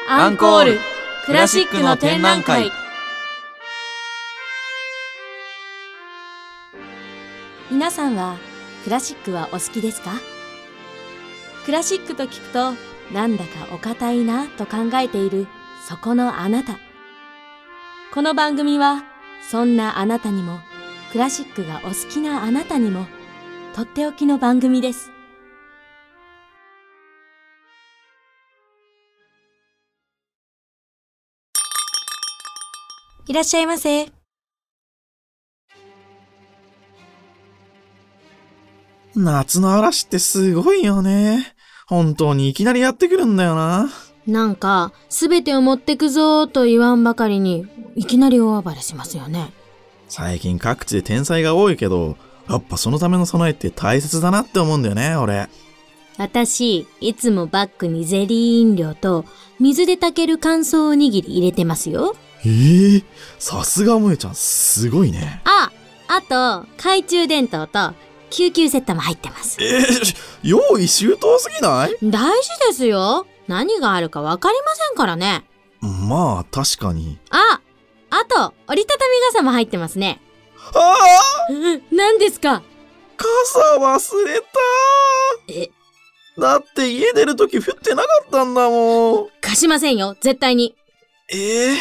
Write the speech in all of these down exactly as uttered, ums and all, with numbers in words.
アンコールクラシックの展覧会。 皆さんはクラシックはお好きですか？クラシックと聞くとなんだかお堅いなと考えているそこのあなた。この番組はそんなあなたにもクラシックがお好きなあなたにもとっておきの番組です。いらっしゃいませ。 夏の嵐ってすごいよね。本当にいきなりやってくるんだよな。 なんか、すべてを持ってくぞーと言わんばかりに、いきなり大暴れしますよね。 最近各地で天災が多いけど、やっぱそのための備えって大切だなって思うんだよね、俺。 私、いつもバッグにゼリー飲料と、水で炊ける乾燥おにぎり入れてますよ。 えー、さすが萌ちゃん、すごいね。 あ、あと、懐中電灯と、救急セットも入ってます。 えー、用意周到すぎない？ 大事ですよ。何があるかわかりませんからね。 まあ、確かに。 あ、あと、折りたたみ傘も入ってますね。 ああ何ですか？ 傘忘れた。 えだって家出るとき降ってなかったんだもん。 貸しませんよ、絶対に。 ええー、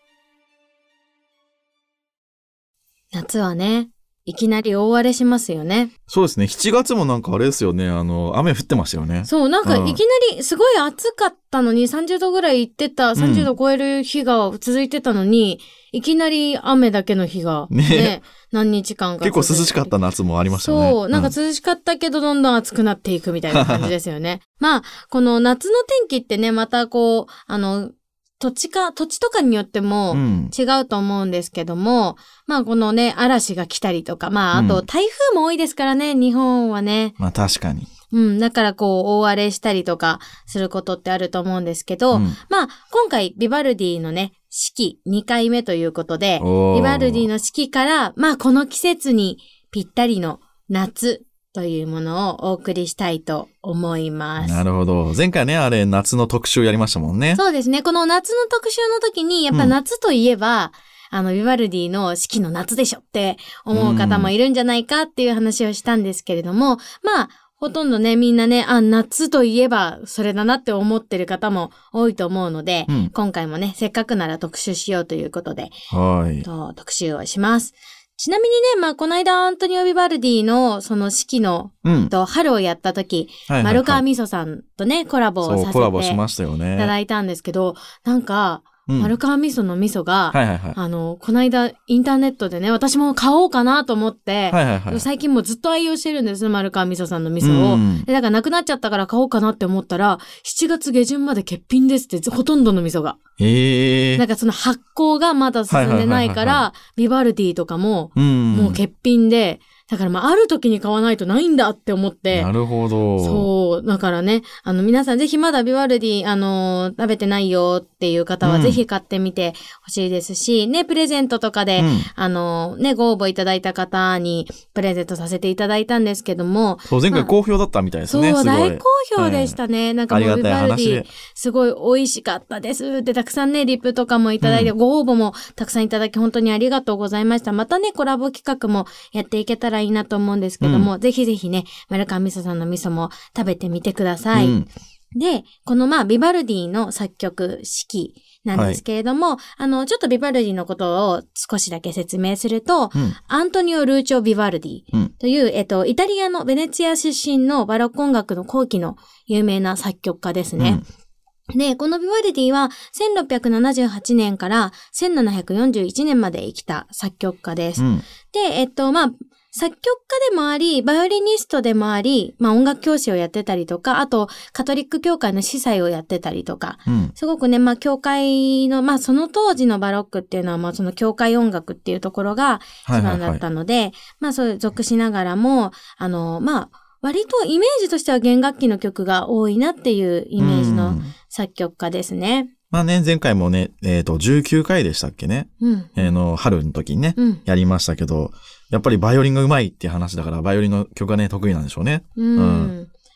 夏はね、いきなり大荒れしますよね。 そうですね。しちがつもなんかあれですよね。あの、雨降ってましたよね。 そう、なんかいきなりすごい暑かったのに、さんじゅうどぐらい行ってた、さんじゅうど超える日が続いてたのに、うん、いきなり雨だけの日がね、ね何日間か。 結構涼しかった夏もありましたね。 そう、なんか涼しかったけど、どんどん暑くなっていくみたいな感じですよね。まあ、この夏の天気ってね、またこう、あの、土地か、土地とかによっても違うと思うんですけども、うん、まあこのね、嵐が来たりとか、まああと台風も多いですからね、日本はね。 まあ確かに。 うん、だからこう大荒れしたりとかすることってあると思うんですけど、うん、まあ今回ビバルディのね、四季にかいめということで、ビバルディの四季から、まあこの季節にぴったりの夏、というものをお送りしたいと思います。 なるほど。前回ね、あれ夏の特集やりましたもんね。 そうですね。この夏の特集の時に、やっぱ夏といえば、うん、あの、ビバルディの四季の夏でしょって思う方もいるんじゃないかっていう話をしたんですけれども、まあ、ほとんどね、みんなね、あ、夏といえばそれだなって思ってる方も多いと思うので、うん、今回もね、せっかくなら特集しようということで、 はい。 と特集をします。ちなみにね、まあ、この間、アントニオ・ビバルディの、その四季の、うん、と、春をやった時、はいはいはい、丸川みそさんとね、コラボをさせてコラボしましたよね。 いただいたんですけど、なんか、うん、丸川みその味噌が、はいはいはい、あの、この間、インターネットでね、私も買おうかなと思って、はいはいはい、最近もずっと愛用してるんです、丸川みそさんの味噌を、うん。で、だからなくなっちゃったから買おうかなって思ったら、しちがつげじゅんまで欠品ですって、ほとんどの味噌が。 へー。 なんかその発酵がまだ進んでないから、はいはいはいはい、ビバルディとかも、もう欠品で、だからまあ、ある時に買わないとないんだって思って。 なるほど。 そう。だからね、あの、皆さんぜひまだビバルディ、あのー、食べてないよっていう方はぜひ買ってみてほしいですし、うん、ね、プレゼントとかで、うん、あのー、ね、ご応募いただいた方にプレゼントさせていただいたんですけども。 そう、前回好評だったみたいですね。 そう、大好評でしたね。えー、なんかもうビバルディ、すごい美味しかったですってたくさんね、リップとかもいただいて、うん、ご応募もたくさんいただき本当にありがとうございました。またね、コラボ企画もやっていけたらいいなと思うんですけども、うん、ぜひぜひね、丸川みそさんの味噌も食べてみてください。うん、で、このまあ、ビバルディの作曲、四季なんですけれども、はい、あの、ちょっとビバルディのことを少しだけ説明すると、うん、アントニオ・ルーチョ・ビバルディという、うん、えっと、イタリアのベネツィア出身のバロック音楽の後期の有名な作曲家ですね。うんで、このビバルディはせんろっぴゃくななじゅうはちねんからせんななひゃくよんじゅういちねんまで生きた作曲家です。うん、で、えっと、まあ、作曲家でもあり、バイオリニストでもあり、まあ音楽教師をやってたりとか、あとカトリック教会の司祭をやってたりとか、うん、すごくね、まあ教会の、まあその当時のバロックっていうのは、まあその教会音楽っていうところが一番だったので、はいはいはい、まあそういう属しながらも、あの、まあ、割とイメージとしては弦楽器の曲が多いなっていうイメージの作曲家ですね。 まあね、前回もね、えっと、じゅうきゅうかいでしたっけね。うん。えー、の、春の時にね、うん、やりましたけど、やっぱりバイオリンが上手いっていう話だから、バイオリンの曲がね、得意なんでしょうね。 うん。うん、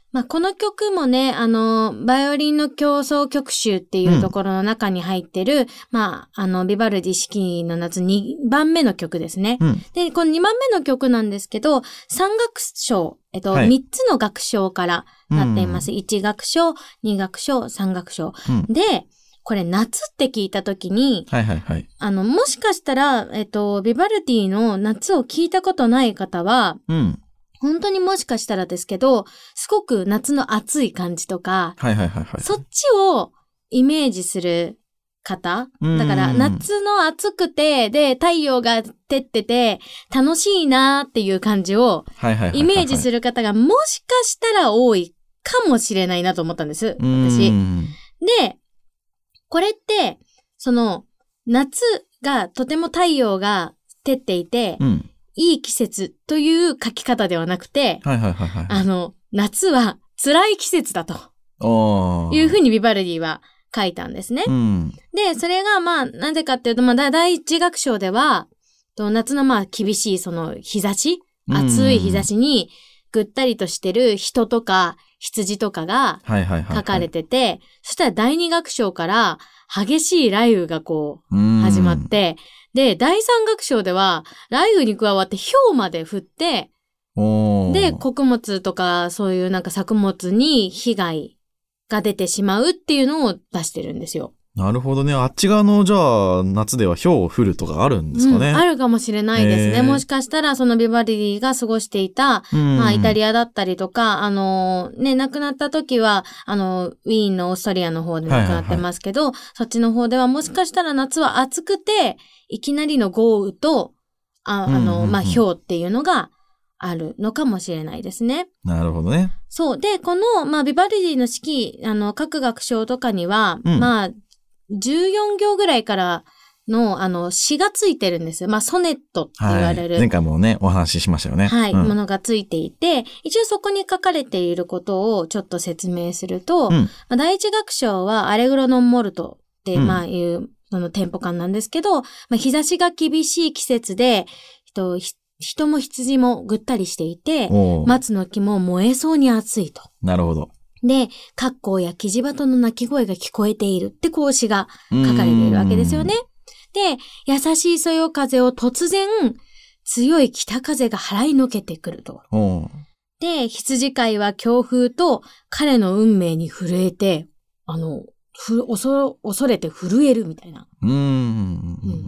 まあ、この曲もね、あの、バイオリンの協奏曲集っていうところの中に入ってる、うん、まあ、あの、ビバルディ四季の夏にばんめの曲ですね。うん、で、このにばんめの曲なんですけど、さん楽章、えっと、はい、みっつの楽章からなっています。うん、いち楽章、に楽章、さん楽章。うん、で、これ夏って聞いたときに、 はいはいはい。 あの、もしかしたら、えっと、ビバルディの夏を聞いたことない方は、うん、本当にもしかしたらですけど、すごく夏の暑い感じとか、 はいはいはいはい、 そっちをイメージする方、だから夏の暑くて、で、太陽が照ってて、楽しいなーっていう感じをイメージする方がもしかしたら多いかもしれないなと思ったんです、私。で、これって、その、夏がとても太陽が照っていて、うん、いい季節という書き方ではなくて、 はいはいはいはい、 あの、夏は辛い季節だというふうにビバルディは書いたんですね。うん、で、それがまあ、なぜかっていうと、まあ、第一楽章では、夏のまあ、厳しいその日差し、暑い日差しにぐったりとしてる人とか羊とかが書かれてて、そしたら第二楽章から激しい雷雨がこう、始まって、で、第三楽章では、雷雨に加わって氷まで降って、で、穀物とかそういうなんか作物に被害が出てしまうっていうのを出してるんですよ。 なるほどね。あっち側の、じゃあ、夏では氷降るとかあるんですかね。 うん、あるかもしれないですね。もしかしたら、そのビバルディが過ごしていた、まあ、イタリアだったりとか、あの、ね、亡くなった時は、あの、ウィーンのオーストリアの方で亡くなってますけど、はいはいはい、そっちの方ではもしかしたら夏は暑くて、いきなりの豪雨と、あ, あの、まあ、氷っていうのがあるのかもしれないですね。 なるほどね。 そう。で、この、まあ、ビバルディの四季、あの、各楽章とかには、うん、まあ、じゅうよん行ぐらいからの、あの、詩がついてるんです。まあ、ソネットって言われる。 はい、前回もね、お話ししましたよね。 はい、 うん、 ものがついていて、一応そこに書かれていることをちょっと説明すると、うん、まあ、第一楽章はアレグロノンモルトって、まあ、いう、そのテンポ感なんですけど、まあ、日差しが厳しい季節で、人、人も羊もぐったりしていて、松の木も燃えそうに暑いと。 なるほど。 で、カッコウやキジバトの鳴き声が聞こえているってこう詩が書かれているわけですよね。で、優しいそよ風を突然、強い北風が払いのけてくると。で、羊飼いは強風と彼の運命に震えて、あの、ふ、恐、恐れて震えるみたいな、うーん、うん、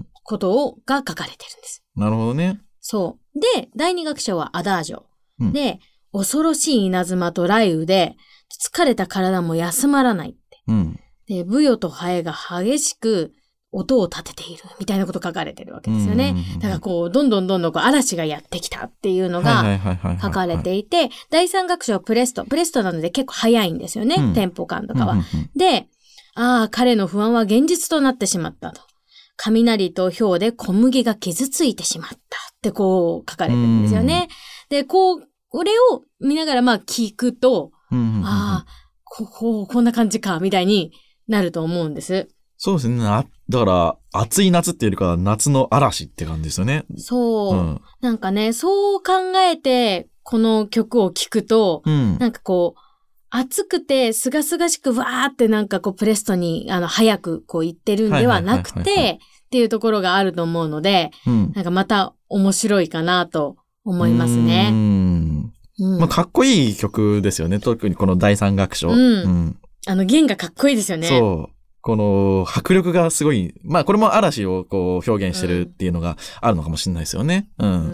ことをが書かれてるんです。 なるほどね。 そう。で、第二楽章はアダージョ。うん、で、恐ろしい稲妻と雷雨で、疲れた体も休まらないって。うん、で、ブヨとハエが激しく音を立てているみたいなこと書かれてるわけですよね。だからこう、どんどんどんどんこう嵐がやってきたっていうのが書かれていて、第三楽章はプレスト。プレストなので結構早いんですよね。うん、テンポ感とかは。うんうんうん、で、ああ、彼の不安は現実となってしまったと。雷と氷で小麦が傷ついてしまったってこう書かれてるんですよね。で、こう、これを見ながらまあ聞くと、うんうんうん、ああ、こ、こう、こんな感じか、みたいになると思うんです。 そうですね。あ、だから、暑い夏っていうよりかは夏の嵐って感じですよね。 そう。うん、なんかね、そう考えて、この曲を聴くと、うん、なんかこう、暑くて、すがすがしくわーってなんかこう、プレストに、あの、早くこう言ってるんではなくて、っていうところがあると思うので、うん、なんかまた面白いかなと思いますね。 うんうん、まあ、かっこいい曲ですよね。特にこの第三楽章。うんうん、あの弦がかっこいいですよね。 そう。この迫力がすごい。まあこれも嵐をこう表現してるっていうのがあるのかもしれないですよね。うん。うん、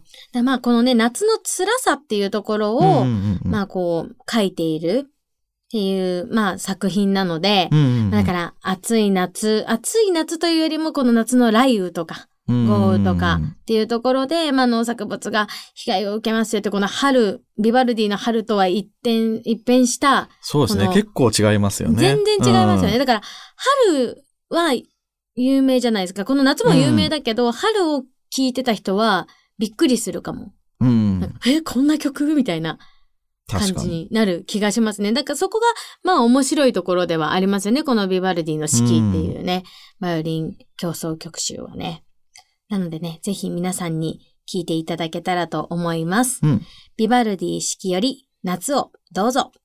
だまあこのね、夏の辛さっていうところを、うんうんうん、まあこう書いているっていう、まあ作品なので、うんうんうん、だから暑い夏、暑い夏というよりもこの夏の雷雨とか、豪雨とかっていうところで、まあ、農作物が被害を受けますよって、この春、ビバルディの春とは一転、一変した。 そうですね。結構違いますよね。 全然違いますよね。うん、だから、春は有名じゃないですか。この夏も有名だけど、うん、春を聴いてた人はびっくりするかも。うん、え、こんな曲みたいな感じになる気がしますね。だからそこが、まあ面白いところではありますよね。このビバルディの四季っていうね、うん、バイオリン協奏曲集はね。なのでね、ぜひ皆さんに聴いていただけたらと思います。うん、ビバルディ四季より夏をどうぞ。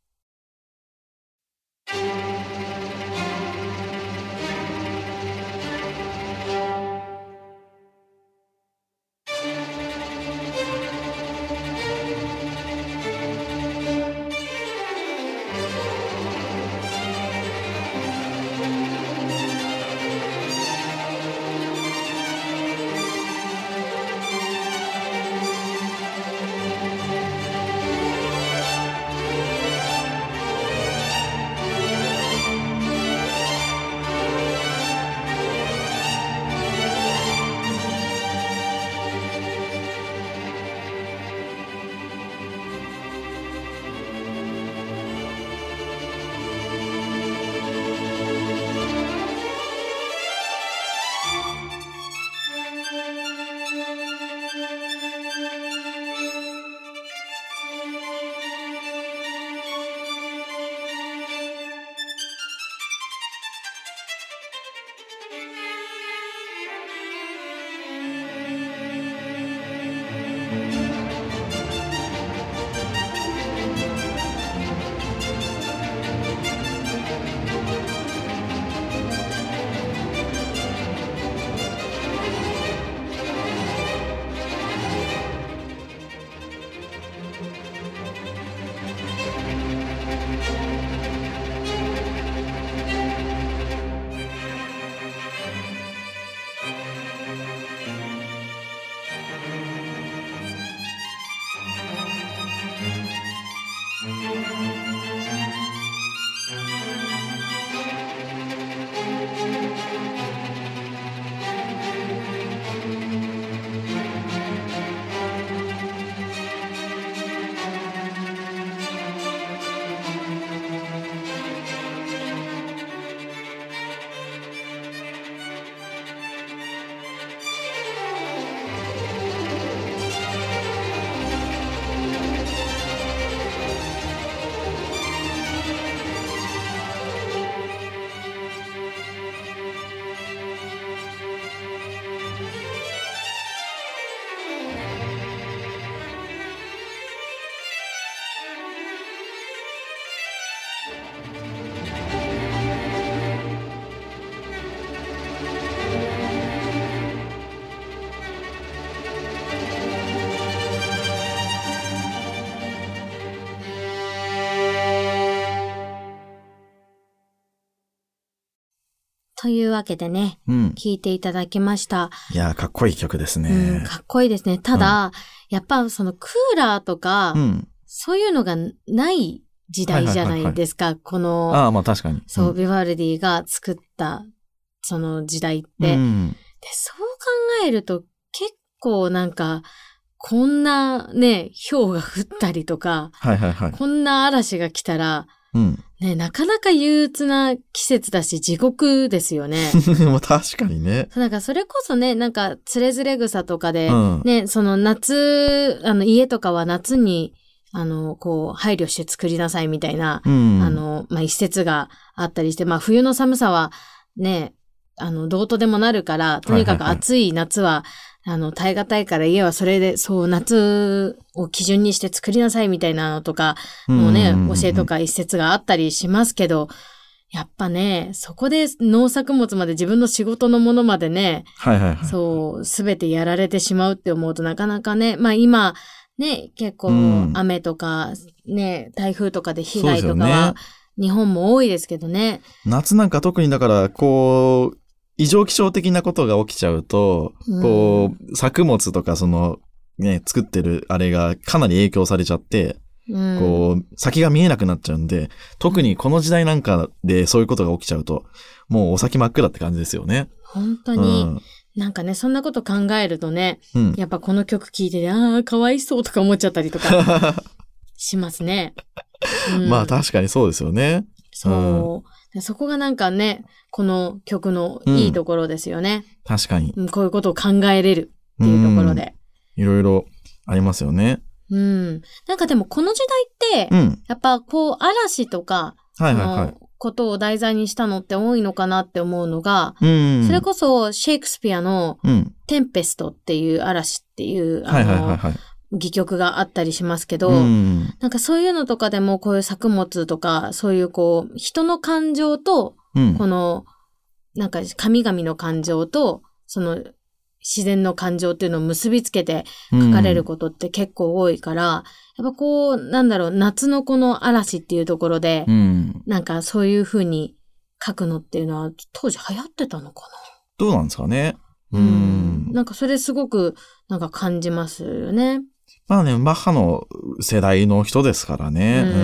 というわけでね、 うん。 聴いていただきました。 いやー、かっこいい曲ですうん、 ね。 かっこいいですね。ただ、やっぱそのクーラーとか、 うん。 そういうのがない時代じゃないですか。この、 ああ、まあ確かに。 そう、 んビバルディが作ったその時代って。で、 うん。 そう考えると結構なんか、こんなね、氷が降ったりとか、 はいはいはい。 こんな嵐が来たら、 うん。 ね、なかなか憂鬱な季節だし、地獄ですよね。 まあ確かにね。 なんかそれこそね、なんか、つれづれ草とかで、 うん。 ね、その夏、あの、家とかは夏に、あの、こう、配慮して作りなさいみたいな、 うん。 あの、まあ、一節があったりして、まあ、冬の寒さは、ね、あの、どうとでもなるから、とにかく暑い夏は、あの、耐え難いから家はそれで、そう、夏を基準にして作りなさいみたいなのとか、もうね、教えとか一節があったりしますけど、やっぱね、そこで農作物まで自分の仕事のものまでね、 はいはいはい。 そう、すべてやられてしまうって思うとなかなかね、まあ今、ね、結構うん雨とか、ね、台風とかで被そうで害すよねとかは、日本も多いですけどね。 夏なんか特にだから、こう、異常気象的なことが起きちゃうと、 うんこう、作物とかその、ね、作ってるあれがかなり影響されちゃって、 うん、 こう、先が見えなくなっちゃうんで、特にこの時代なんかでそういうことが起きちゃうと、もうお先真っ暗って感じですよね。 本当に、なんかね、そんなこと考えるとね、 うん。うん。 やっぱこの曲聴いてて、ああ、かわいそうとか思っちゃったりとかしますね。うんまあ確かにそうですよね。 そう。でそこがなんかね、この曲のいいところですよね。 確かに。 うん、こういうことを考えれるっていうところで。 いろいろありますよね。 うん。なんかでもこの時代って、 うん。 やっぱこう嵐とか、 はいはいはいそのことを題材にしたのって多いのかなって思うのが、 うん。 それこそシェイクスピアのうん。 テンペストっていう嵐っていう、あはいはいはいの、 はい。 戯曲があったりしますけど、 うん、 なんかそういうのとかでもこういう作物とか、そういうこう、人の感情と、 うん、 この、なんか神々の感情と、その自然の感情っていうのを結びつけて書かれることって結構多いから、うん、やっぱこう、なんだろう、夏のこの嵐っていうところで、 うん、 なんかそういう風に書くのっていうのは当時流行ってたのかな。 どうなんですかね。 うん。なんかそれすごくなんか感じますよね。 まあね、マッハの世代の人ですからね。うんうん、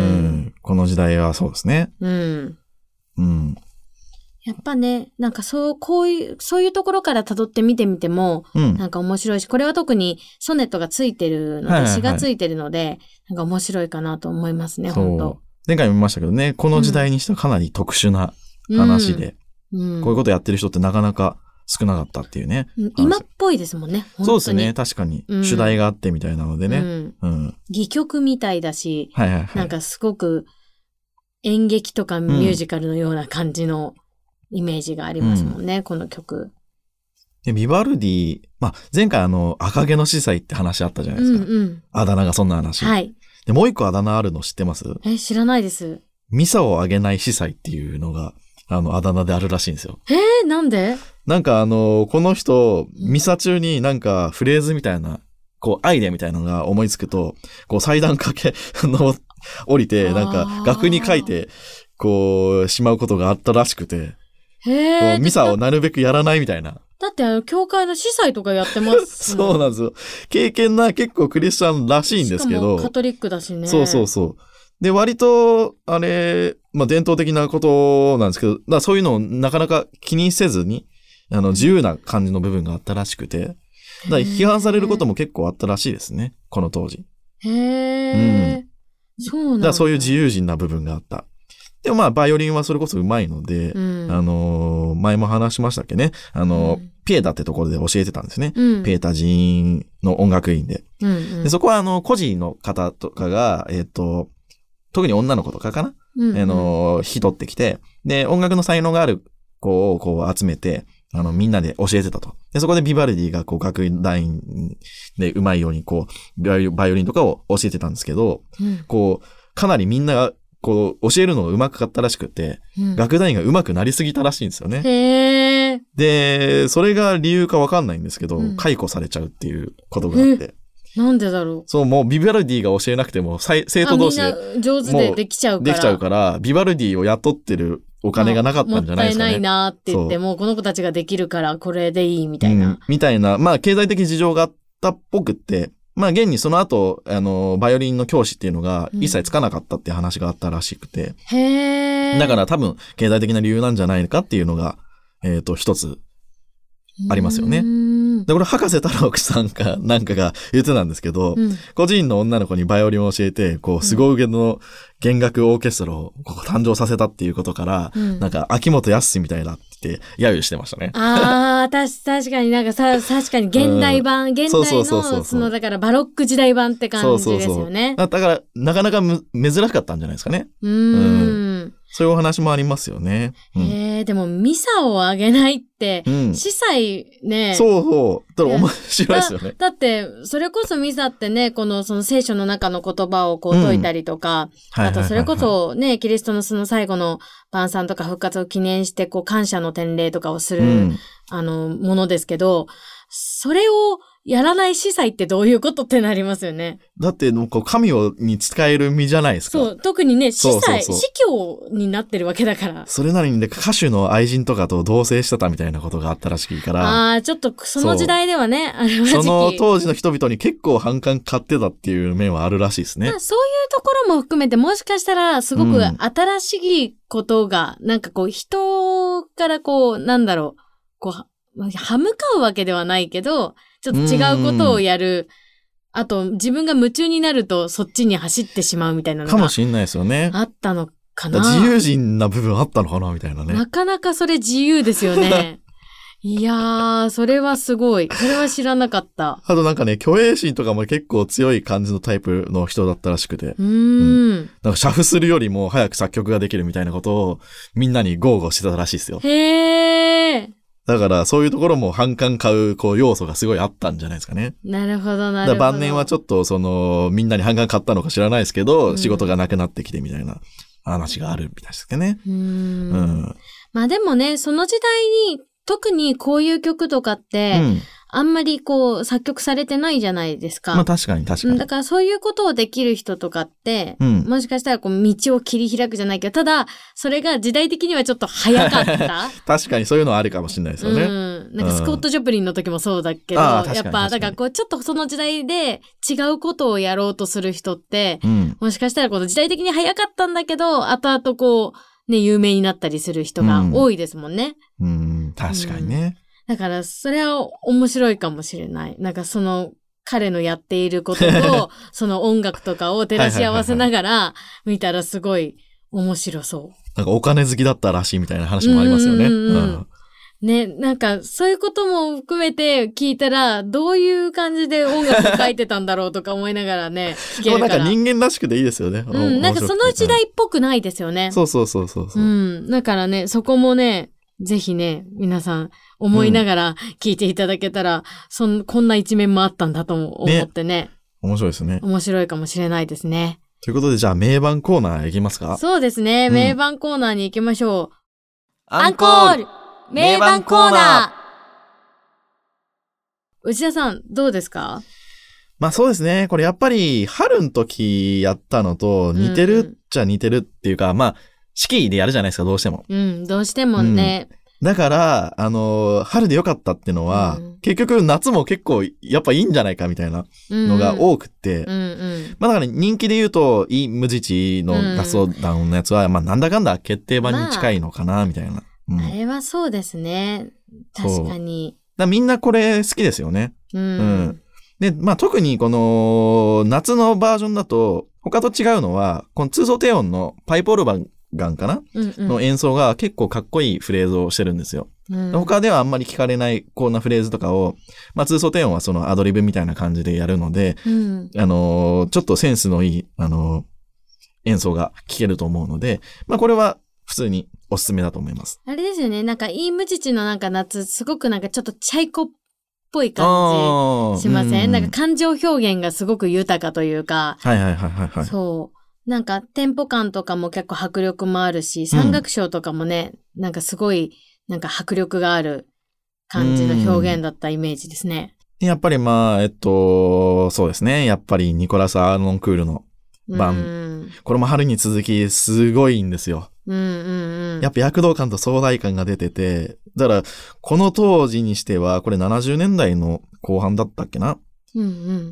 この時代はそうですね。 うん。 うん。 やっぱね、なんかそう、こういう、そういうところから辿って見てみても、うん、なんか面白いし、これは特にソネットがついてるので、はいはいはい、詩がついてるので、なんか面白いかなと思いますね、本当。 前回も見ましたけどね、この時代にしてはかなり特殊な話で、うんうん、こういうことやってる人ってなかなか少なかったっていうね。 今っぽいですもんね、本当に。 そうですね、確かに。主題があってみたいなのでね。うんうん、戯曲みたいだし、 はいはいはい、 なんかすごく演劇とかミュージカルのような感じの、うんイメージがありますもんね、うん、この曲。 で、ビバルディ、まあ、前回あの、赤毛の司祭って話あったじゃないですか。うんうん、あだ名がそんな話。 はい。 で、もう一個あだ名あるの知ってます？ え、知らないです。 ミサをあげない司祭っていうのが、あの、あだ名であるらしいんですよ。 えー、なんで？ なんかあの、この人、ミサ中になんかフレーズみたいな、こう、アイデアみたいなのが思いつくと、こう、祭壇かけ、の、降りて、なんか、額に書いて、こう、しまうことがあったらしくて、 へミサをなるべくやらないみたいな。 だってあの、教会の司祭とかやってますそうなんですよ。敬虔な結構クリスチャンらしいんですけど。 しかもカトリックだしね。 そうそうそう。で、割と、あれ、まあ、伝統的なことなんですけど、だからそういうのをなかなか気にせずに、あの、自由な感じの部分があったらしくて、だから批判されることも結構あったらしいですね。この当時。 へー。うん。そうなんだ。 だからそういう自由人な部分があった。でもまあ、バイオリンはそれこそ上手いので、うん、あのー、前も話しましたっけね。あのー、うん、ピエタってところで教えてたんですね。うん、ピエタ寺院の音楽院で。うんうん、でそこはあの、孤児の方とかが、えっと、特に女の子とかかな、うんうん、あのー、引き取ってきて、で、音楽の才能がある子をこう集めて、あの、みんなで教えてたと。で、そこでビバルディがこう、楽団で上手いようにこう、バイオリンとかを教えてたんですけど、うん、こう、かなりみんなが、こう、教えるのが上手かったらしくて、うん、楽団員が上手くなりすぎたらしいんですよね。 へー。 で、それが理由かわかんないんですけど、うん、解雇されちゃうっていうことがあって。 なんでだろう。 そう、もうビバルディが教えなくても、生徒同士で。 みんな上手でできちゃうから。 できちゃうから、ビバルディを雇ってるお金がなかったんじゃないですかね。 もったいないなって言って、もうこの子たちができるから、これでいいみたいな、うん。 みたいな、まあ、経済的事情があったっぽくって、まあ、現にその後、あの、バイオリンの教師っていうのが一切つかなかったっていう話があったらしくて。 うん、へー。 だから多分、経済的な理由なんじゃないかっていうのが、えっと、一つ、ありますよね。で、これ、博士太郎さんか、なんかが言ってたんですけど、うん、個人の女の子にバイオリンを教えて、こう、凄腕の弦楽オーケストラをこう誕生させたっていうことから、うん、なんか、秋元康みたいだって揶揄してましたね。 ああ、たし、確かになんかさ、確かに現代版、うん、現代の、そうそうそうそうその、だからバロック時代版って感じですよね。そうそうそう。 だから、なかなかむ珍しかったんじゃないですかね。 うーん。うんそういうお話もありますよね。 うん、へえ、でもミサをあげないって、うん、司祭ね。 そうそう。だから面白いですよね。 だ, だって、それこそミサってね、このその聖書の中の言葉をこう解いたりとか、うん、あとそれこそね、キリストのその最後の晩餐とか復活を記念して、こう感謝の典礼とかをする、うん、あの、ものですけど、それをやらない司祭ってどういうことってなりますよね。 だって、こう神をに使える身じゃないですか。 そう、特にね、司祭、司教になってるわけだから。 それなりにね、歌手の愛人とかと同棲してたみたいなことがあったらしいから。 ああ、ちょっとその時代ではね、あれはその当時の人々に結構反感買ってたっていう面はあるらしいですね。 まあ、そういうところも含めて、もしかしたらすごく新しいことが、うん、なんかこう人からこう、なんだろう、こう、歯向かうわけではないけど、ちょっと違うことをやる。あと、自分が夢中になるとそっちに走ってしまうみたいなのが。 かもしんないですよね。 あったのかな。 自由人な部分あったのかなみたいなね。 なかなかそれ自由ですよね。いやー、それはすごい。それは知らなかった。 あとなんかね、虚栄心とかも結構強い感じのタイプの人だったらしくて。 うーん。うん、 なんか、写譜するよりも早く作曲ができるみたいなことをみんなに豪語してたらしいですよ。 へー。 だからそういうところも反感買うこう要素がすごいあったんじゃないですかね。 なるほどなるほど。 だから晩年はちょっとそのみんなに反感買ったのか知らないですけど、 うん、 仕事がなくなってきてみたいな話があるみたいですけどね。 うーん、 うん、 まあでもね、その時代に特にこういう曲とかって、うん、あんまりこう作曲されてないじゃないですか。 まあ確かに確かに。 だからそういうことをできる人とかって、うん、もしかしたらこう道を切り開くじゃないけど、ただそれが時代的にはちょっと早かった。 確かにそういうのはあるかもしれないですよね。 うん、なんかスコット・ジョプリンの時もそうだけど、うん、やっぱだからこうちょっとその時代で違うことをやろうとする人って、うん、もしかしたらこの時代的に早かったんだけど、後々こうね有名になったりする人が多いですもんね。 うん、うん、確かにね。うんだから、それは面白いかもしれない。なんかその、彼のやっていることと、その音楽とかを照らし合わせながら、見たらすごい面白そう。 なんかお金好きだったらしいみたいな話もありますよね。うんうんうん、 ね、なんかそういうことも含めて聞いたら、どういう感じで音楽書いてたんだろうとか思いながらね、聞けるから。 でもなんか人間らしくていいですよね。 うん、なんかその時代っぽくないですよね。 そうそうそうそうそう。 うん、だからね、そこもね、ぜひね、皆さん思いながら聞いていただけたら、うん、そんこんな一面もあったんだと思ってね。ね面白いですね。 面白いかもしれないですね。 ということで、じゃあ名盤コーナー行きますか？ そうですね、うん、名盤コーナーに行きましょう。 アンコール名盤コーナー内田さん、どうですか？ まあそうですね。これやっぱり春の時やったのと似てるっちゃ似てるっていうか、うん、まあ四季でやるじゃないですか、どうしても。 うん、どうしてもね。 うん、だから、あのー、春でよかったってのは、うん、結局夏も結構やっぱいいんじゃないかみたいなのが多くって、うんうん、まあだから人気で言うと、イ・ムジチのガスオダウンのやつは、うん、まあなんだかんだ決定版に近いのかな、みたいな、 うん。あれはそうですね。確かに。 だみんなこれ好きですよね。うん。うん、で、まあ特にこの夏のバージョンだと、他と違うのは、このツーソ低音のパイプオルガンガンかな、うんうん、の演奏が結構かっこいいフレーズをしてるんですよ。うん、他ではあんまり聞かれないこんなフレーズとかを、まあ通奏低音はそのアドリブみたいな感じでやるので、うん、あのー、ちょっとセンスのいい、あのー、演奏が聴けると思うので、まあこれは普通におすすめだと思います。 あれですよね、なんかイ・ムジチのなんか夏、すごくなんかちょっとチャイコっぽい感じしません？うん、なんか感情表現がすごく豊かというか、 はいはいはいはい、はい。 そう。なんかテンポ感とかも結構迫力もあるし、三楽章とかもね、うん、なんかすごいなんか迫力がある感じの表現だったイメージですね。 やっぱりまあ、えっと、そうですね。やっぱりニコラス・アーノンクールの版。これも春に続きすごいんですよ。うんうんうん、やっぱ躍動感と壮大感が出てて、だからこの当時にしては、これななじゅうねんだいの後半だったっけな。うんうん、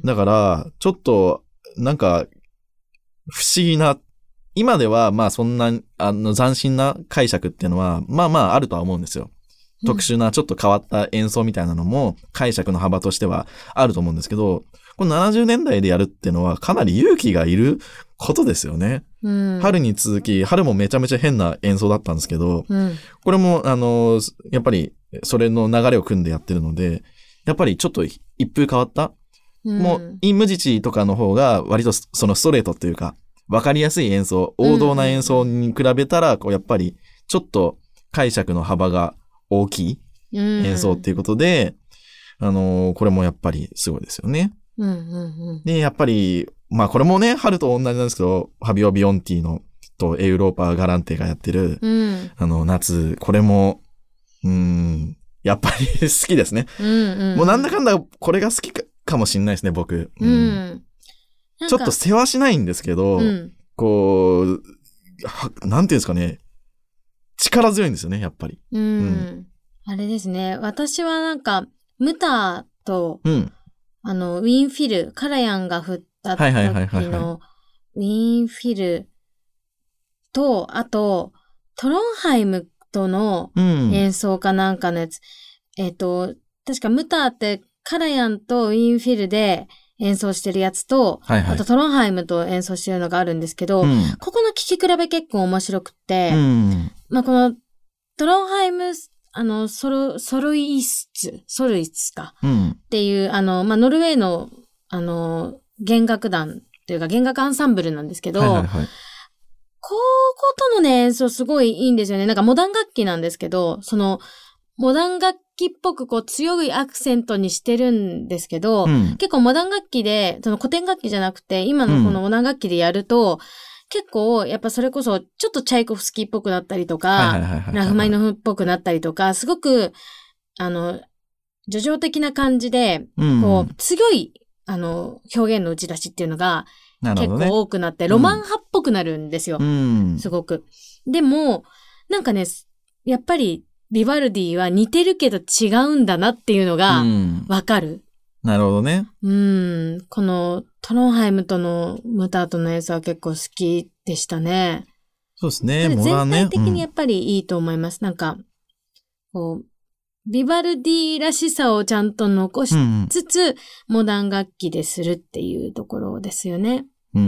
だから、ちょっとなんか、不思議な、今ではまあそんな、あの斬新な解釈っていうのは、まあまああるとは思うんですよ。特殊なちょっと変わった演奏みたいなのも解釈の幅としてはあると思うんですけど、このななじゅうねんだいでやるっていうのはかなり勇気がいることですよね。うん、春に続き、春もめちゃめちゃ変な演奏だったんですけど、うん、これもあの、やっぱりそれの流れを組んでやってるので、やっぱりちょっと一風変わったもう、インムジチとかの方が割とそのストレートっていうか、わかりやすい演奏、王道な演奏に比べたら、こうやっぱりちょっと解釈の幅が大きい演奏っていうことで、あのー、これもやっぱりすごいですよね。うんうんうん、で、やっぱり、まあこれもね、春と同じなんですけど、ファビオ・ビオンティのとエウローパ・ガランテがやってる、うん、あの、夏、これも、うーん、やっぱり好きですね。うんうん、もうなんだかんだこれが好きか、かもしんないですね、僕。うん、ちょっと世話しないんですけど、うん、こう、なんていうんですかね、力強いんですよね、やっぱり。うんうん、あれですね、私はなんか、ムタと、うん、あの、ウィンフィル、カラヤンが振った時の、ウィンフィルと、あと、トロンハイムとの演奏かなんかのやつ。うん、えっと、確かムタってカラヤンとウィンフィルで演奏してるやつと、はいはい、あとトロンハイムと演奏してるのがあるんですけど、うん、ここの聴き比べ結構面白くて、うん、まあこのトロンハイム、あの、ソロ、ソロイスツ、ソロイスか、うん、っていう、あの、まあノルウェーの、あの、弦楽団というか弦楽アンサンブルなんですけど、はいはいはい、こことのね、演奏すごいいいんですよね。なんかモダン楽器なんですけど、その、モダン楽きっぽくこう強いアクセントにしてるんですけど、 うん、 結構モダン楽器で、その古典楽器じゃなくて、今のこのモダン楽器でやると、うん、結構やっぱそれこそちょっとチャイコフスキーっぽくなったりとか、ラフマニノフっぽくなったりとか、すごく、あの、叙情的な感じで、こう、強い、あの、表現の打ち出しっていうのが結構多くなって、ね、ロマン派っぽくなるんですよ。うん、すごく。でも、なんかね、やっぱりビバルディは似てるけど違うんだなっていうのがわかる、 うん。なるほどね。 うん。このトロンハイムとのムタートの演奏は結構好きでしたね。 そうですね。 全体的にやっぱりいいと思います。うん、なんか、こう、ビバルディらしさをちゃんと残しつつ、うんうん、モダン楽器でするっていうところですよね。 うん、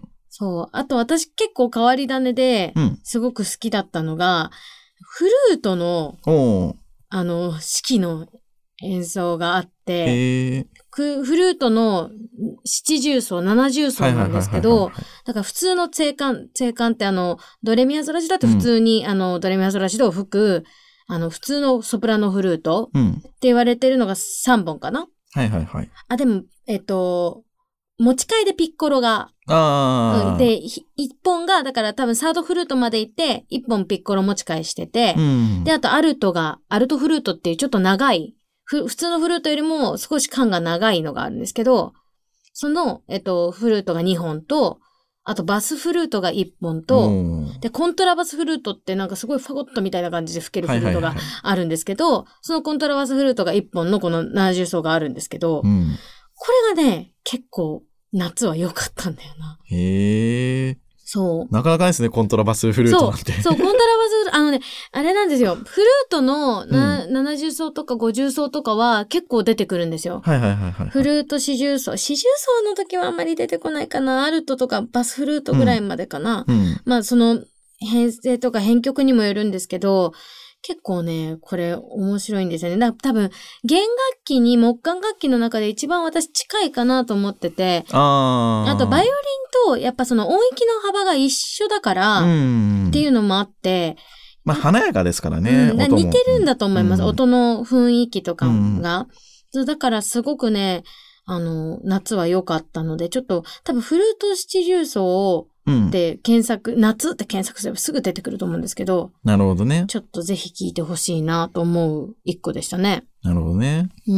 そう。あと私結構変わり種で、すごく好きだったのが、うん、フルートの、あの、指揮の演奏があって、フルートの七重奏、七重奏なんですけど、だから普通の声管、声管ってあの、ドレミアソラシドだと普通に、うん、あの、ドレミアソラシドを吹く、あの、普通のソプラノフルートって言われてるのがさんぼんかな、 はいはいはい。 あ、でも、えっと、持ち替えでピッコロが、 あで、いっぽんが、だから多分サードフルートまで行って、いっぽんピッコロ持ち替えしてて、 うん、 で、あとアルトが、アルトフルートっていうちょっと長い、ふ普通のフルートよりも少し管が長いのがあるんですけど、その、えっと、フルートがにほんと、あとバスフルートがいっぽんと、で、コントラバスフルートってなんかすごいファゴットみたいな感じで吹けるフルートがあるんですけど、はいはいはいはい、そのコントラバスフルートがいっぽんのこのななじゅう奏があるんですけど、 うん、 これがね、結構夏は良かったんだよな。 へー。 そう。 なかなかですね、コントラバスフルートなんて。 そう、そう、コントラバス、あのね、あれなんですよ。フルートのな、うん、ななじゅう奏とかごじゅう奏とかは結構出てくるんですよ。 はいはいはい、はい。 フルート四重奏。四重奏の時はあんまり出てこないかな。アルトとかバスフルートぐらいまでかな。 うんうん、 まあ、その編成とか編曲にもよるんですけど、結構ね、これ面白いんですよね。だ多分、弦楽器に木管楽器の中で一番私近いかなと思ってて、 ああとバイオリンとやっぱその音域の幅が一緒だからっていうのもあって、 まあ華やかですからね。 うん、似てるんだと思います。うん、音の雰囲気とかが。うん、だからすごくね、あの、夏は良かったので、ちょっと多分フルート七重奏をで検索、うん、夏って検索すればすぐ出てくると思うんですけど。 なるほどね。 ちょっとぜひ聴いてほしいなと思う一個でしたね。 なるほどね。 うん。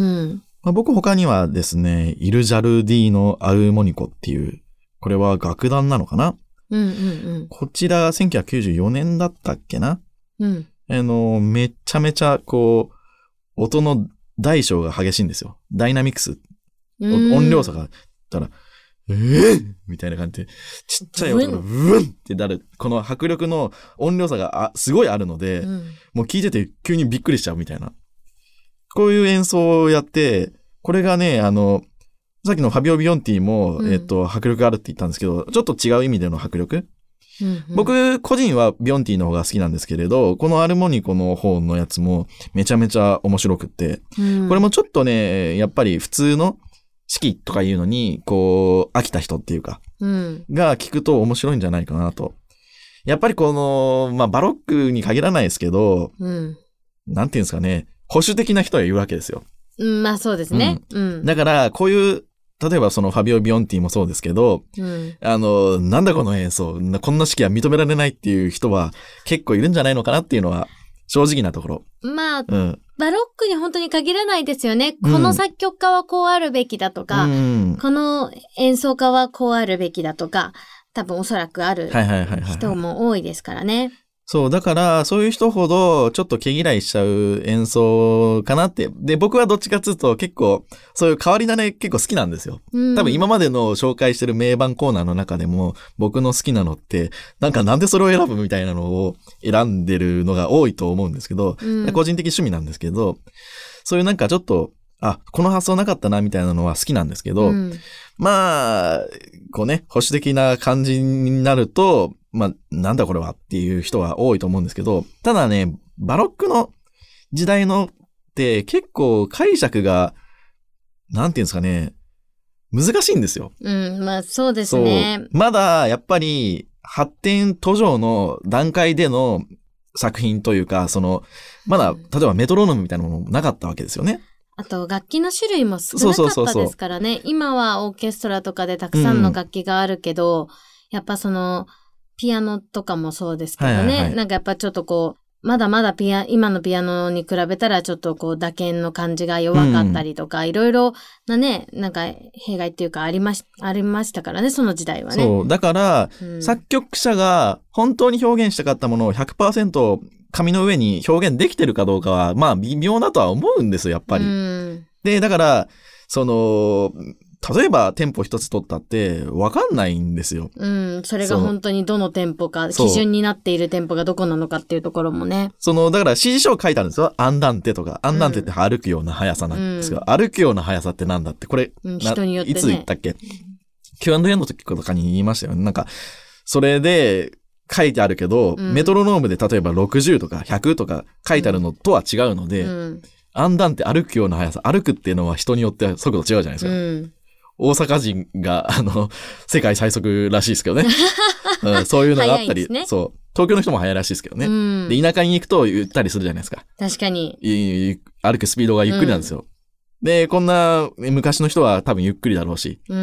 まあ、僕他にはですね、イルジャルディーノ・アウモニコっていう、これは楽団なのかな？ うんうんうん。 こちらせんきゅうひゃくきゅうじゅうよねんだったっけな？ うん。 あの、めちゃめちゃこう、音の大小が激しいんですよ。ダイナミクス。音量差が、たら、えー、みたいな感じで、ちっちゃい音がブンってなる、この迫力の音量差があすごいあるので、うん、もう聞いてて急にびっくりしちゃうみたいな。こういう演奏をやって、これがね、あの、さっきのファビオ・ビオンティも、うん、えっと、迫力があるって言ったんですけど、ちょっと違う意味での迫力。 うんうん、 僕、個人はビオンティの方が好きなんですけれど、このアルモニコの方のやつもめちゃめちゃ面白くって、うん、これもちょっとね、やっぱり普通の式とかいうのに、こう、飽きた人っていうか、 うん、 が聞くと面白いんじゃないかなと。やっぱりこの、まあ、バロックに限らないですけど、 うん、 なんていうんですかね、保守的な人はいるわけですよ。 うん、まあそうですね。うん、 だから、こういう、例えばそのファビオ・ビオンティもそうですけど、 うん、 あの、なんだこの演奏、こんな式は認められないっていう人は結構いるんじゃないのかなっていうのは正直なところ。 まあ、 うん、 バロックに本当に限らないですよね。この作曲家はこうあるべきだとか、 うん、 この演奏家はこうあるべきだとか、多分おそらくある人も多いですからね。 そう、だから、そういう人ほど、ちょっと毛嫌いしちゃう演奏かなって。で、僕はどっちかっていうと、結構、そういう変わり種結構好きなんですよ。 うん、 多分今までの紹介してる名盤コーナーの中でも、僕の好きなのって、なんかなんでそれを選ぶみたいなのを選んでるのが多いと思うんですけど、 うん、 個人的趣味なんですけど、そういうなんかちょっと、あ、この発想なかったなみたいなのは好きなんですけど、 うん、 まあ、こうね、保守的な感じになると、まあ、なんだこれはっていう人は多いと思うんですけど、ただね、バロックの時代のって結構解釈が、なんていうんですかね、難しいんですよ。 うん、まあそうですね。 そう。まだやっぱり発展途上の段階での作品というか、その、まだ、例えばメトロノームみたいなものもなかったわけですよね。 あと楽器の種類も少なかったですからね。今はオーケストラとかでたくさんの楽器があるけど、うん、やっぱその、ピアノとかもそうですけどね。はいはいはい、なんかやっぱちょっとこう、まだまだピア、今のピアノに比べたらちょっとこう打鍵の感じが弱かったりとか、いろいろなね、なんか弊害っていうかありまし、ありましたからね、その時代はね。 そう。だから、うん、作曲者が本当に表現したかったものを ひゃくパーセント 紙の上に表現できてるかどうかは、まあ微妙だとは思うんですよ、やっぱり。うん、で、だから、その、例えば店舗一つ取ったって分かんないんですよ。 うん。それが本当にどの店舗か、基準になっている店舗がどこなのかっていうところもね。 その、だから指示書を書いてあるんですよ。アンダンテとか。アンダンテって歩くような速さなんですけど、うん、歩くような速さってなんだって、これ、 うん、人によってね。 いつ言ったっけ ?キューアンドエー の時とかに言いましたよね。なんか、それで書いてあるけど、うん、メトロノームで例えばろくじゅうとかひゃくとか書いてあるのとは違うので、うん、アンダンテ歩くような速さ。歩くっていうのは人によって速度違うじゃないですか。うん大阪人が、あの、世界最速らしいですけどね。うん、そういうのがあったり、ね、そう。東京の人も速いらしいですけどね。うん、で、田舎に行くとゆったりするじゃないですか。 確かに。 歩くスピードがゆっくりなんですよ。うん、で、こんな昔の人は多分ゆっくりだろうし、うん、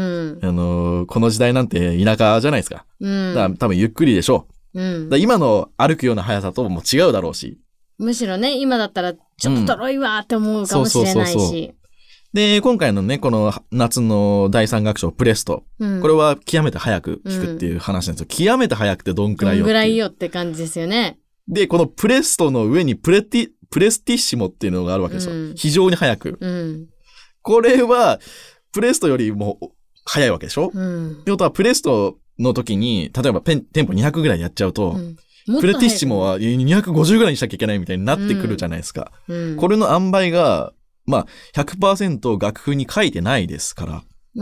あの、この時代なんて田舎じゃないですか。うん、だから多分ゆっくりでしょう。うん、だ今の歩くような速さとも違うだろうし。 むしろね、今だったらちょっととろいわーって思うかもしれないし。そうそうそうそう。 で、今回のね、この夏の第三楽章、プレスト。うん、これは極めて早く弾くっていう話なんですよ。うん、極めて早くてどんくらいよ。 どんくらいよって感じですよね。 で、このプレストの上にプレティ、プレスティッシモっていうのがあるわけですよ。うん、非常に早く。うん、これは、プレストよりも早いわけでしょ。うん。ってことは、プレストの時に、例えばペンテンポにひゃくぐらいやっちゃうと、うんプレティッシモはにひゃくごじゅうぐらいにしなきゃいけないみたいになってくるじゃないですか。うんうん、これの塩梅が、まあ、ひゃくパーセント 楽譜に書いてないですから。うん、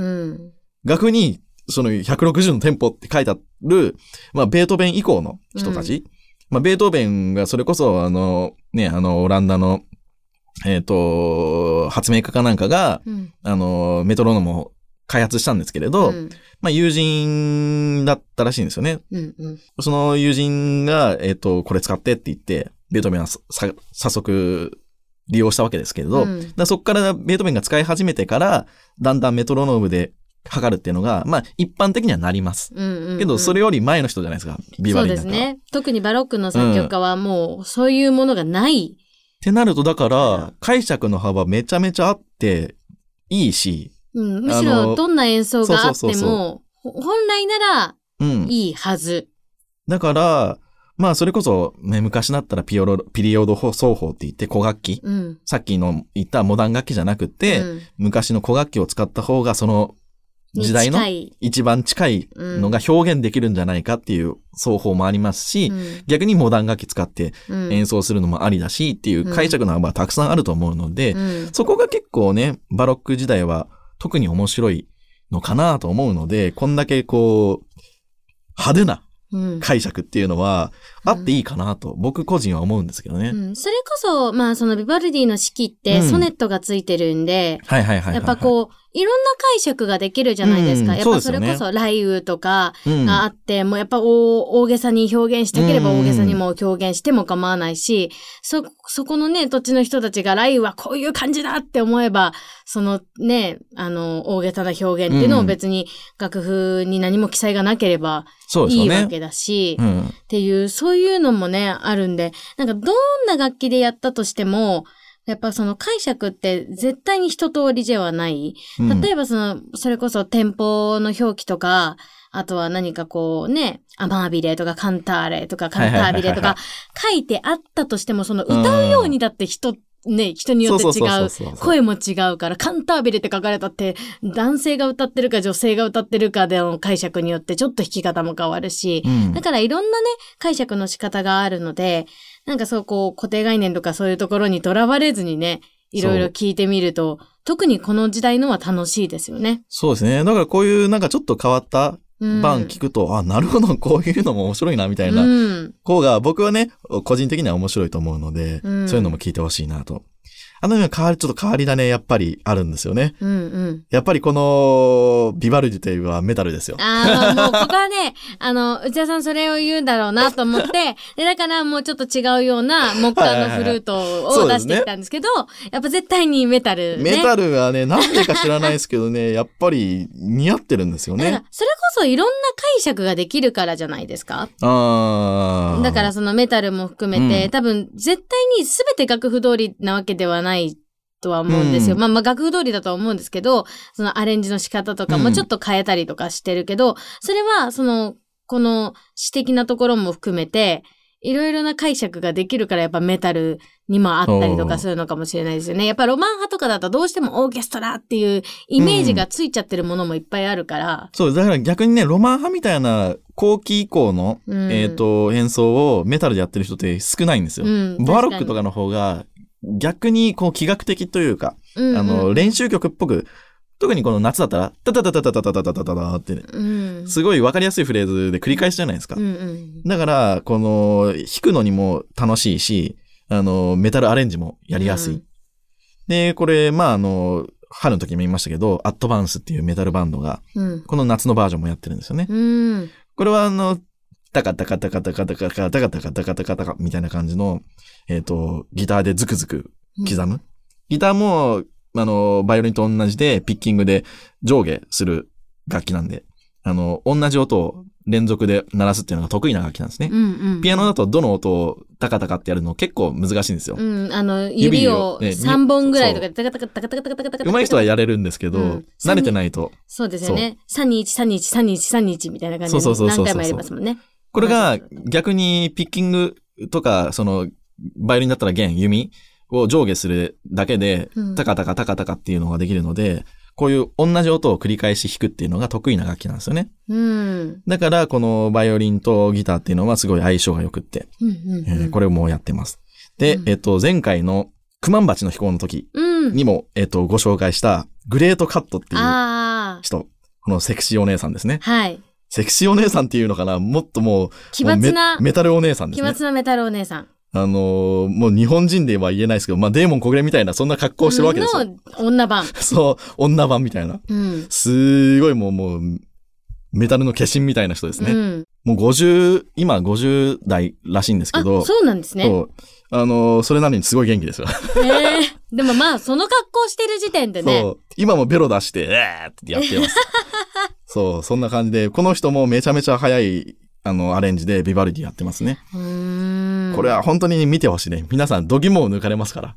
楽譜に、そのひゃくろくじゅうのテンポって書いてある、まあ、ベートーベン以降の人たち。うん、まあ、ベートーベンがそれこそ、あの、ね、あの、オランダの、えっと、発明家かなんかが、うん、あの、メトロノームを開発したんですけれど、うん、まあ、友人だったらしいんですよね。うんうん、その友人が、えっと、これ使ってって言って、ベートーベンはさ早速利用したわけですけれど、うん、だそこからベートーベンが使い始めてから、だんだんメトロノームで測るっていうのが、まあ、一般的にはなります。うんうんうん、けど、それより前の人じゃないですか、ビバリーなんか。そうですね。 特にバロックの作曲家はもう、そういうものがない。うん、 ってなると、だから、解釈の幅めちゃめちゃあって、いいし、 うん、むしろどんな演奏があっても、本来ならいいはず。 うん、だから、まあそれこそ、ね、昔だったらピオロピリオド奏法って言って古楽器、うん、さっきの言ったモダン楽器じゃなくて、うん、昔の古楽器を使った方がその時代の一番近いのが表現できるんじゃないかっていう奏法もありますし、うん、逆にモダン楽器使って演奏するのもありだしっていう解釈の幅はたくさんあると思うので、うん、そこが結構ね、バロック時代は特に面白いのかなと思うので、こんだけこう、派手な解釈っていうのはあっていいかなと、うん、僕個人は思うんですけどね。うん、 それこそ、まあそのビバルディの式ってソネットがついてるんで、 はいはいはい。 やっぱこう、いろんな解釈ができるじゃないですか。うん、やっぱそれこそ雷雨とかがあって、うん、もうやっぱ大げさに表現したければ大げさにも表現しても構わないし、そ、そこのね、土地の人たちが雷雨はこういう感じだって思えば、そのね、あの、大げさな表現っていうのも別に楽譜に何も記載がなければいいわけだし、うん、っていう、そういうのもね、あるんで、なんかどんな楽器でやったとしても、やっぱその解釈って絶対に一通りではない。例えばその、それこそテンポの表記とか、あとは何かこうね、アマービレとかカンターレとかカンタービレとか書いてあったとしても、その歌うようにだって人、ね、人によって違う。声も違うから、カンタービレって書かれたって、男性が歌ってるか女性が歌ってるかでの解釈によってちょっと弾き方も変わるし、うん、だからいろんなね、解釈の仕方があるので、なんかそうこう固定概念とかそういうところにとらわれずにね、いろいろ聞いてみると、特にこの時代のは楽しいですよね。 そうですね。だからこういうなんかちょっと変わった版聞くと、うん、あ、なるほど、こういうのも面白いなみたいな、うん、方が僕はね、個人的には面白いと思うので、うん、そういうのも聞いてほしいなと。 あの辺は変わり、ちょっと変わり種やっぱりあるんですよね。 うんうん。 やっぱりこの、ビバルディといえばメタルですよ。 ああ、もうここはね、あの、内田さんそれを言うんだろうなと思って、で、だからもうちょっと違うような木管のフルートを出してきたんですけど、はいはいはい、やっぱ絶対にメタル、ね。 メタルはね、なんでか知らないですけどね、やっぱり似合ってるんですよね。 だからそれこそいろんな解釈ができるからじゃないですか。 ああ。 だからそのメタルも含めて、うん、多分絶対に全て楽譜通りなわけではないとは思うんですよ。うん、まあまあ楽譜通りだとは思うんですけど、そのアレンジの仕方とかもちょっと変えたりとかしてるけど、うん、それはその、この詩的なところも含めて、いろいろな解釈ができるからやっぱメタルにもあったりとかするのかもしれないですよね。やっぱロマン派とかだとどうしてもオーケストラっていうイメージがついちゃってるものもいっぱいあるから。うん、 そう、だから逆にね、ロマン派みたいな後期以降の、うん、えっと、演奏をメタルでやってる人って少ないんですよ。うん、バロックとかの方が逆にこう気学的というか、うんうん、あの、練習曲っぽく、特にこの夏だったら、タタタタタタタタタタタタってね、うん、すごいわかりやすいフレーズで繰り返しじゃないですか。うんうん、だから、この、弾くのにも楽しいし、あの、メタルアレンジもやりやすい。うん、で、これ、まあ、あの、春の時も言いましたけど、アットバンスっていうメタルバンドが、うん、この夏のバージョンもやってるんですよね。うん、これはあの、タカタカタカタカタカタカタカタカタカタカタカみたいな感じの、えっと、ギターでズクズク刻む。うん、ギターも、あの、バイオリンと同じで、ピッキングで上下する楽器なんで、あの、同じ音を連続で鳴らすっていうのが得意な楽器なんですね。うんうんうん、ピアノだとどの音をタカタカってやるの結構難しいんですよ。うん、 あの、指をさんぼんぐらいとかでタカタカタカタカタカタカタカタ。 上手い人はやれるんですけど、うん、慣れてないと。 そうですよね。さんにいち、さんにいち、さんにいち、さんにいちみたいな感じで何回もやりますもんね。 これが逆にピッキングとか、その、バイオリンだったら弦、弓を上下するだけで、タカタカタカタカっていうのができるので、うん、こういう同じ音を繰り返し弾くっていうのが得意な楽器なんですよね。うん、だから、このバイオリンとギターっていうのはすごい相性が良くって、うんうんうんえー、これをもうやってます。で、うん、えっと、前回のクマンバチの飛行の時にも、うん、えっと、ご紹介したグレートカットっていう人、このセクシーお姉さんですね。はい。セクシーお姉さんっていうのかな、もっともう、 奇抜なメ、メタルお姉さんですね。 奇抜なメタルお姉さん。 あのー、もう日本人では言えないですけど、まあ、デーモン小暮みたいな、そんな格好をしてるわけですよ。 の女版。 そう、女版みたいな。うん、すごいもう、もう、メタルの化身みたいな人ですね。うん、もうごじゅう、今ごじゅう代らしいんですけど。 あ、そうなんですね。そう。 あのー、それなのにすごい元気ですよ。 へえー。でもまあ、その格好してる時点でね。そう。 今もベロ出して、えーってやってます。そう、そんな感じで、この人もめちゃめちゃ早い、あの、アレンジでビバルディやってますね。うーんこれは本当に見てほしいね。皆さん、度肝を抜かれますから。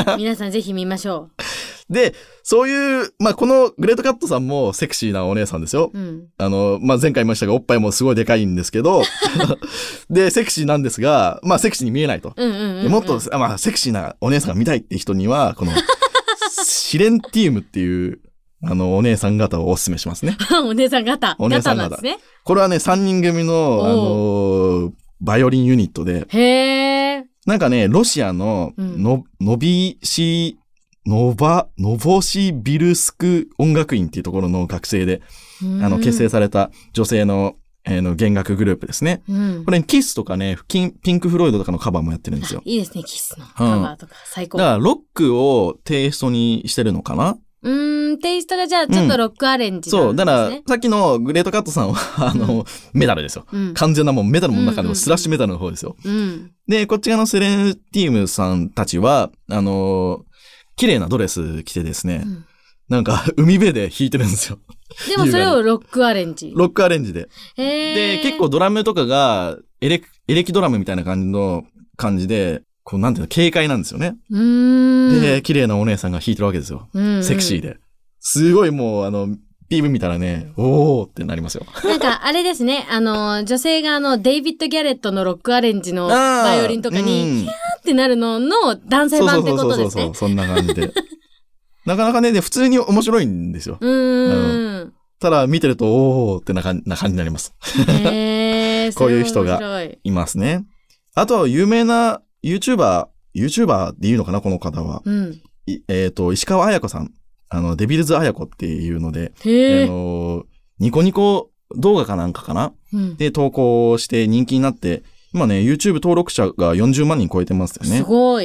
皆さんぜひ見ましょう。で、そういう、まあ、このグレートカットさんもセクシーなお姉さんですよ。うん、あの、まあ、前回言いましたが、おっぱいもすごいでかいんですけど、で、セクシーなんですが、まあ、セクシーに見えないと。うんうんうんうん、でもっと、まあ、セクシーなお姉さんが見たいって人には、この、シレンティウムっていう、あの、お姉さん方をお勧めしますね。 お姉さん方。 お姉さん方。 なんですね。 これはね、さんにん組の、あのー、バイオリンユニットで。 へー。なんかね、ロシアの、の、ノビシ、ノバ、ノボシビルスク音楽院っていうところの学生で、あの、結成された女性の、えー、の弦楽グループですね。うん、これ、キスとかね、ピンクフロイドとかのカバーもやってるんですよ。 いいですね、キスのカバーとか、うん、最高。 だから、ロックをテイストにしてるのかなうーん、テイストがじゃあちょっとロックアレンジなんですね、うん。そう、だからさっきのグレートカットさんは、あの、うん、メタルですよ、うん。完全なもうメタルの中でもスラッシュメタルの方ですよ。うんうんうん、で、こっち側のセレンティウムさんたちは、あの、綺麗なドレス着てですね、うん、なんか海辺で弾いてるんですよ。 でもそれをロックアレンジ。 ロックアレンジで。で、結構ドラムとかがエレ、エレキドラムみたいな感じの感じで、こうなんていうの、軽快なんですよね。うーんで、綺麗なお姉さんが弾いてるわけですよ。うんうん、セクシーで。すごいもう、あの、ピーブイ 見たらね、おーってなりますよ。 なんか、あれですね、あの、女性があの、デイビッド・ギャレットのロックアレンジのバイオリンとかに、うん、ヒャーってなるのの男性版ってことですね。そうそうそうそう、そんな感じで。なかなかね、普通に面白いんですよ。うーん。ただ、見てると、おーってな感じになります。へー、こういう人がいますね。あとは、有名な、YouTuber、YouTuber で言うのかな、この方は。うん、えっと、石川彩子さん。あの、デビルズ彩子っていうので、 へあの、ニコニコ動画かなんかかな、うん、で、投稿して人気になって、今ね、YouTube 登録者がよんじゅうまんにん超えてますよね。 すごい。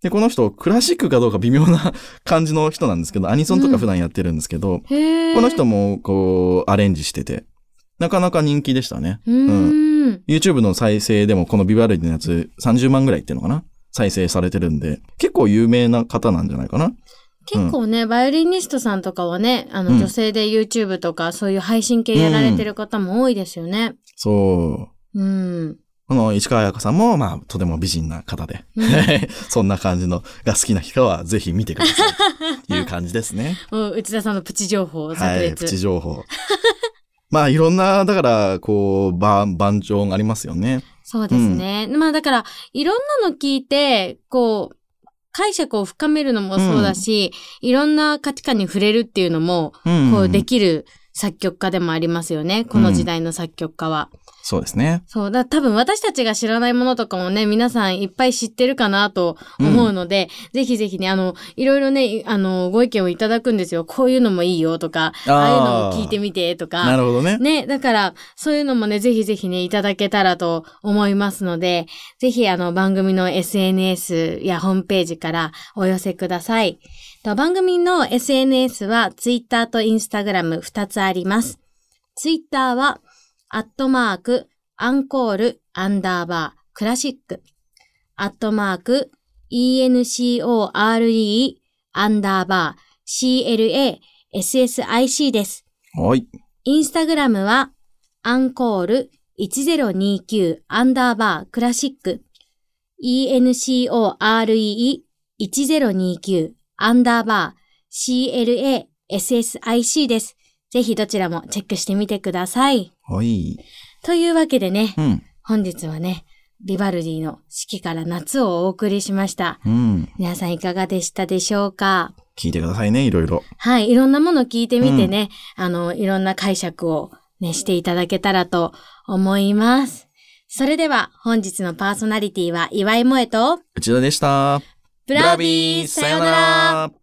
で、この人、クラシックかどうか微妙な感じの人なんですけど、アニソンとか普段やってるんですけど、うん、この人も、こう、アレンジしてて、なかなか人気でしたね。 うんうん、 YouTube の再生でも、このビバルディのやつ、さんじゅうまんぐらいっていうのかな再生されてるんで、結構有名な方なんじゃないかな。 結構ね、うん、バイオリニストさんとかはね、あの、女性で YouTube とか、そういう配信系やられてる方も多いですよね。うん、 そう。 うん。 この市川彩香さんも、まあ、とても美人な方で、うん、そんな感じのが好きな人は、ぜひ見てください。という感じですね。 もう内田さんのプチ情報を炸裂。 はい、プチ情報。まあ、いろんな、だから、こう、番、番長がありますよね。 そうですね。うん、まあ、だから、いろんなの聞いて、こう、解釈を深めるのもそうだし、うん、いろんな価値観に触れるっていうのも、うんうん、こう、できる作曲家でもありますよね。この時代の作曲家は。 うん、そうですね。 そう。だ多分私たちが知らないものとかもね、皆さんいっぱい知ってるかなと思うので、うん、ぜひぜひね、あの、いろいろね、あの、ご意見をいただくんですよ。こういうのもいいよとか、あ, ああいうのも聞いてみてとか。 なるほどね。 ね、だから、そういうのもね、ぜひぜひね、いただけたらと思いますので、ぜひあの、番組の エスエヌエス やホームページからお寄せください。と番組の エスエヌエス は Twitter と Instagram ふたつあります。Twitter は、アットマーク、アンコール、アンダーバー、クラシック、アットマーク、イーエヌシーオーアールイー、アンダーバー、シーエルエーエスエスアイシー です。 はい。 インスタグラムは、アンコール、いちぜろにきゅう、アンダーバー、クラシック、イーエヌシーオーアールイーいちぜろにきゅう、アンダーバー、シーエルエーエスエスアイシー です。ぜひどちらもチェックしてみてください。 はい。 というわけでね、 うん、 本日はね、ビバルディの四季から夏をお送りしました。 うん、 皆さんいかがでしたでしょうか？ 聞いてくださいね、いろいろ。 はい、いろんなもの聞いてみてね、うん、あの、いろんな解釈をね、していただけたらと思います。それでは、本日のパーソナリティは岩井萌と内田でした。 ブラビー、さようなら。